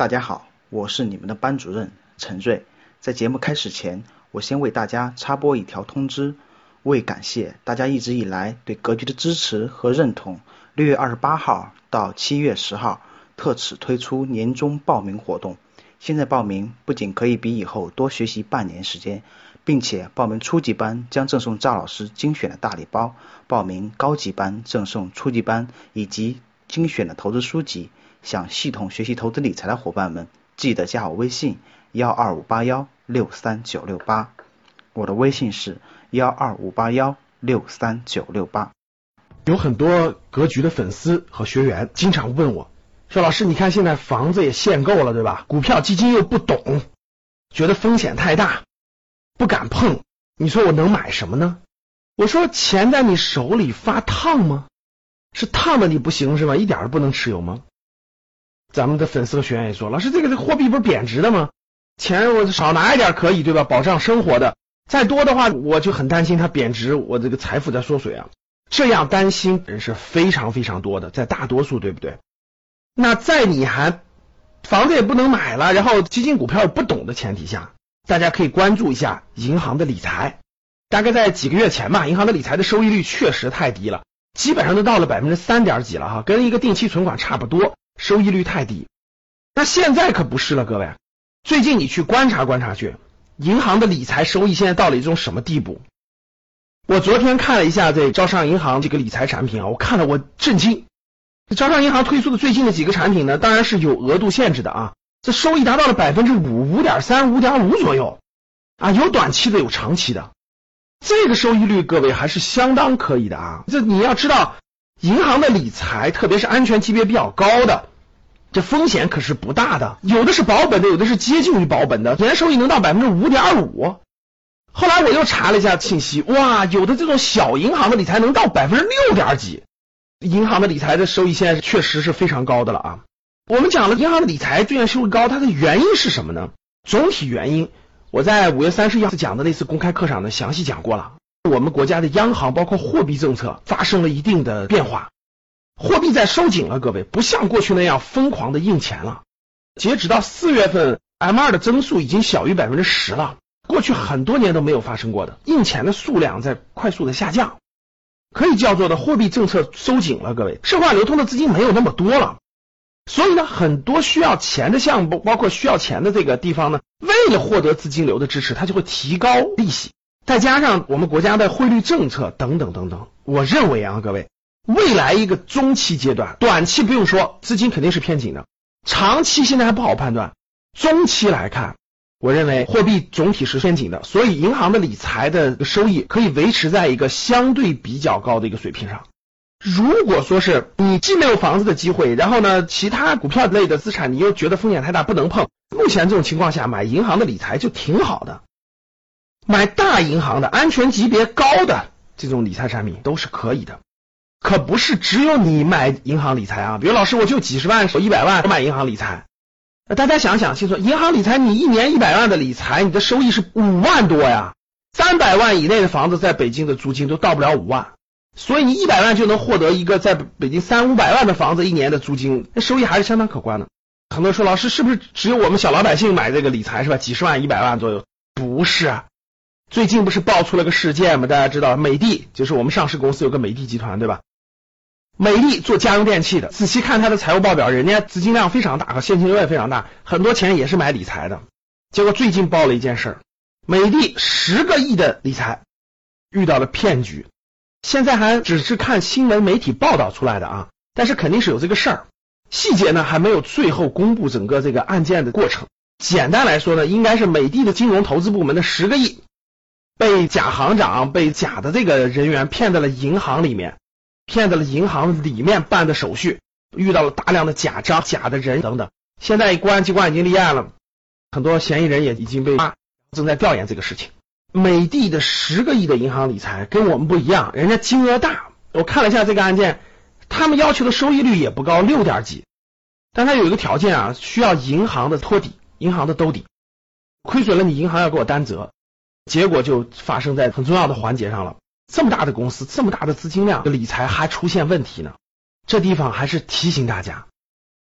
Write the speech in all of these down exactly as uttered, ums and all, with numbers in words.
大家好，我是你们的班主任陈瑞。在节目开始前，我先为大家插播一条通知。为感谢大家一直以来对格局的支持和认同，六月二十八号到七月十号特此推出年终报名活动。现在报名不仅可以比以后多学习半年时间，并且报名初级班将赠送赵老师精选的大礼包，报名高级班赠送初级班以及精选的投资书籍。想系统学习投资理财的伙伴们，记得加我微信幺二五八幺六三九六八，我的微信是幺二五八幺六三九六八。 有很多格局的粉丝和学员经常问我说，老师你看现在房子也限购了对吧，股票基金又不懂，觉得风险太大不敢碰，你说我能买什么呢？我说钱在你手里发烫吗？是烫的你不行是吧，一点都不能持有吗？咱们的粉丝和学员也说，老师这个这个货币不是贬值的吗？钱我少拿一点可以对吧，保障生活的，再多的话我就很担心它贬值，我这个财富在缩水啊。这样担心人是非常非常多的，在大多数，对不对？那在你还房子也不能买了，然后基金股票也不懂的前提下，大家可以关注一下银行的理财。大概在几个月前吧，银行的理财的收益率确实太低了，基本上都到了百分之三点几了哈，跟一个定期存款差不多，收益率太低。那现在可不是了，各位，最近你去观察观察去，银行的理财收益现在到了一种什么地步？我昨天看了一下这招商银行这个理财产品啊，我看了我震惊。招商银行推出的最近的几个产品呢，当然是有额度限制的啊，这收益达到了百分之五、五点三、五点五左右啊，有短期的，有长期的。这个收益率各位还是相当可以的啊。这你要知道，银行的理财，特别是安全级别比较高的，这风险可是不大的，有的是保本的，有的是接近于保本的，年收益能到百分之五点五。后来我又查了一下信息，哇，有的这种小银行的理财能到百分之六点几。银行的理财的收益现在确实是非常高的了啊。我们讲了银行的理财最近收益高，它的原因是什么呢？总体原因我在五月三十一号讲的那次公开课上呢详细讲过了。我们国家的央行包括货币政策发生了一定的变化，货币在收紧了，各位，不像过去那样疯狂的印钱了。截止到四月份 M 二 的增速已经小于百分之十了，过去很多年都没有发生过的，印钱的数量在快速的下降，可以叫做的货币政策收紧了，各位，社会流通的资金没有那么多了，所以呢，很多需要钱的项目，包括需要钱的这个地方呢，为了获得资金流的支持，它就会提高利息，再加上我们国家的汇率政策等等等等，我认为啊，各位，未来一个中期阶段，短期不用说，资金肯定是偏紧的，长期现在还不好判断，中期来看，我认为货币总体是偏紧的，所以银行的理财的收益可以维持在一个相对比较高的一个水平上。如果说是你既没有房子的机会，然后呢其他股票类的资产你又觉得风险太大不能碰，目前这种情况下买银行的理财就挺好的。买大银行的安全级别高的这种理财产品都是可以的，可不是只有你买银行理财啊。比如老师我就几十万一百万买银行理财，大家想想清楚，银行理财你一年一百万的理财，你的收益是五万多呀，三百万以内的房子在北京的租金都到不了五万，所以你一百万就能获得一个在北京三五百万的房子一年的租金，那收益还是相当可观的。很多人说老师是不是只有我们小老百姓买这个理财是吧，几十万一百万左右？不是啊，最近不是爆出了个事件吗？大家知道美的，就是我们上市公司有个美的集团对吧，美的做家用电器的，仔细看它的财务报表，人家资金量非常大和现金流也非常大，很多钱也是买理财的。结果最近爆了一件事，美的十个亿的理财遇到了骗局，现在还只是看新闻媒体报道出来的啊，但是肯定是有这个事儿，细节呢还没有最后公布整个这个案件的过程。简单来说呢，应该是美的的金融投资部门的十个亿被假行长被假的这个人员骗到了银行里面，骗到了银行里面办的手续，遇到了大量的假章、假的人等等。现在公安机关已经立案了，很多嫌疑人也已经被抓，正在调研这个事情。美的的十个亿的银行理财跟我们不一样，人家金额大。我看了一下这个案件，他们要求的收益率也不高，六点几，但他有一个条件啊，需要银行的托底，银行的兜底，亏损了你银行要给我担责。结果就发生在很重要的环节上了，这么大的公司，这么大的资金量，理财还出现问题呢，这地方还是提醒大家，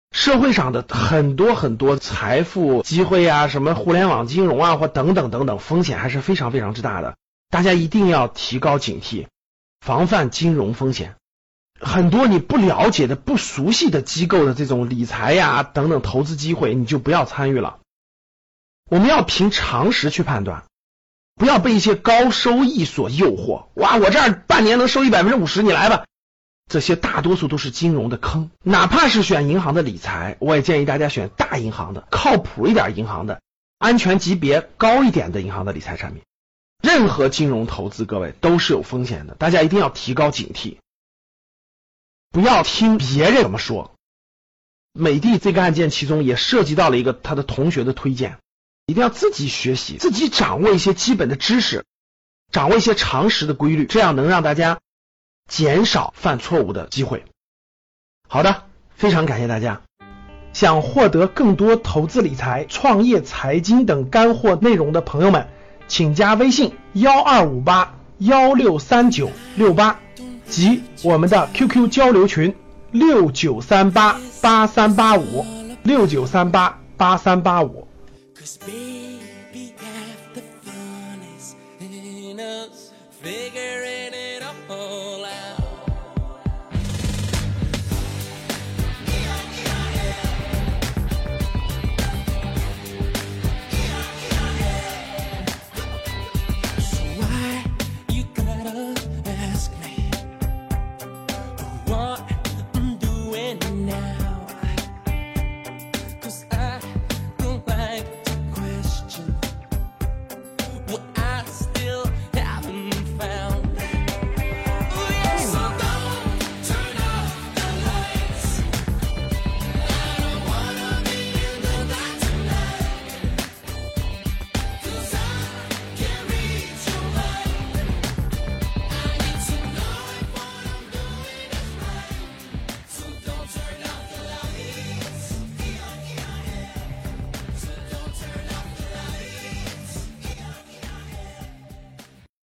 社会上的很多很多财富机会啊，什么互联网金融啊，或等等等等，风险还是非常非常之大的，大家一定要提高警惕，防范金融风险。很多你不了解的、不熟悉的机构的这种理财呀等等投资机会，你就不要参与了。我们要凭常识去判断，不要被一些高收益所诱惑。哇，我这儿半年能收益 百分之五十， 你来吧。这些大多数都是金融的坑。哪怕是选银行的理财，我也建议大家选大银行的、靠谱一点银行的、安全级别高一点的银行的理财产品。任何金融投资，各位都是有风险的，大家一定要提高警惕，不要听别人怎么说。美的这个案件其中也涉及到了一个他的同学的推荐，一定要自己学习，自己掌握一些基本的知识，掌握一些常识的规律，这样能让大家减少犯错误的机会。好的，非常感谢大家。 想获得更多投资理财、创业财经等干货内容的朋友们，请加微信幺二五八幺六三九六八及我们的 Q Q 交流群六九三八八三八五六九三八八三八五。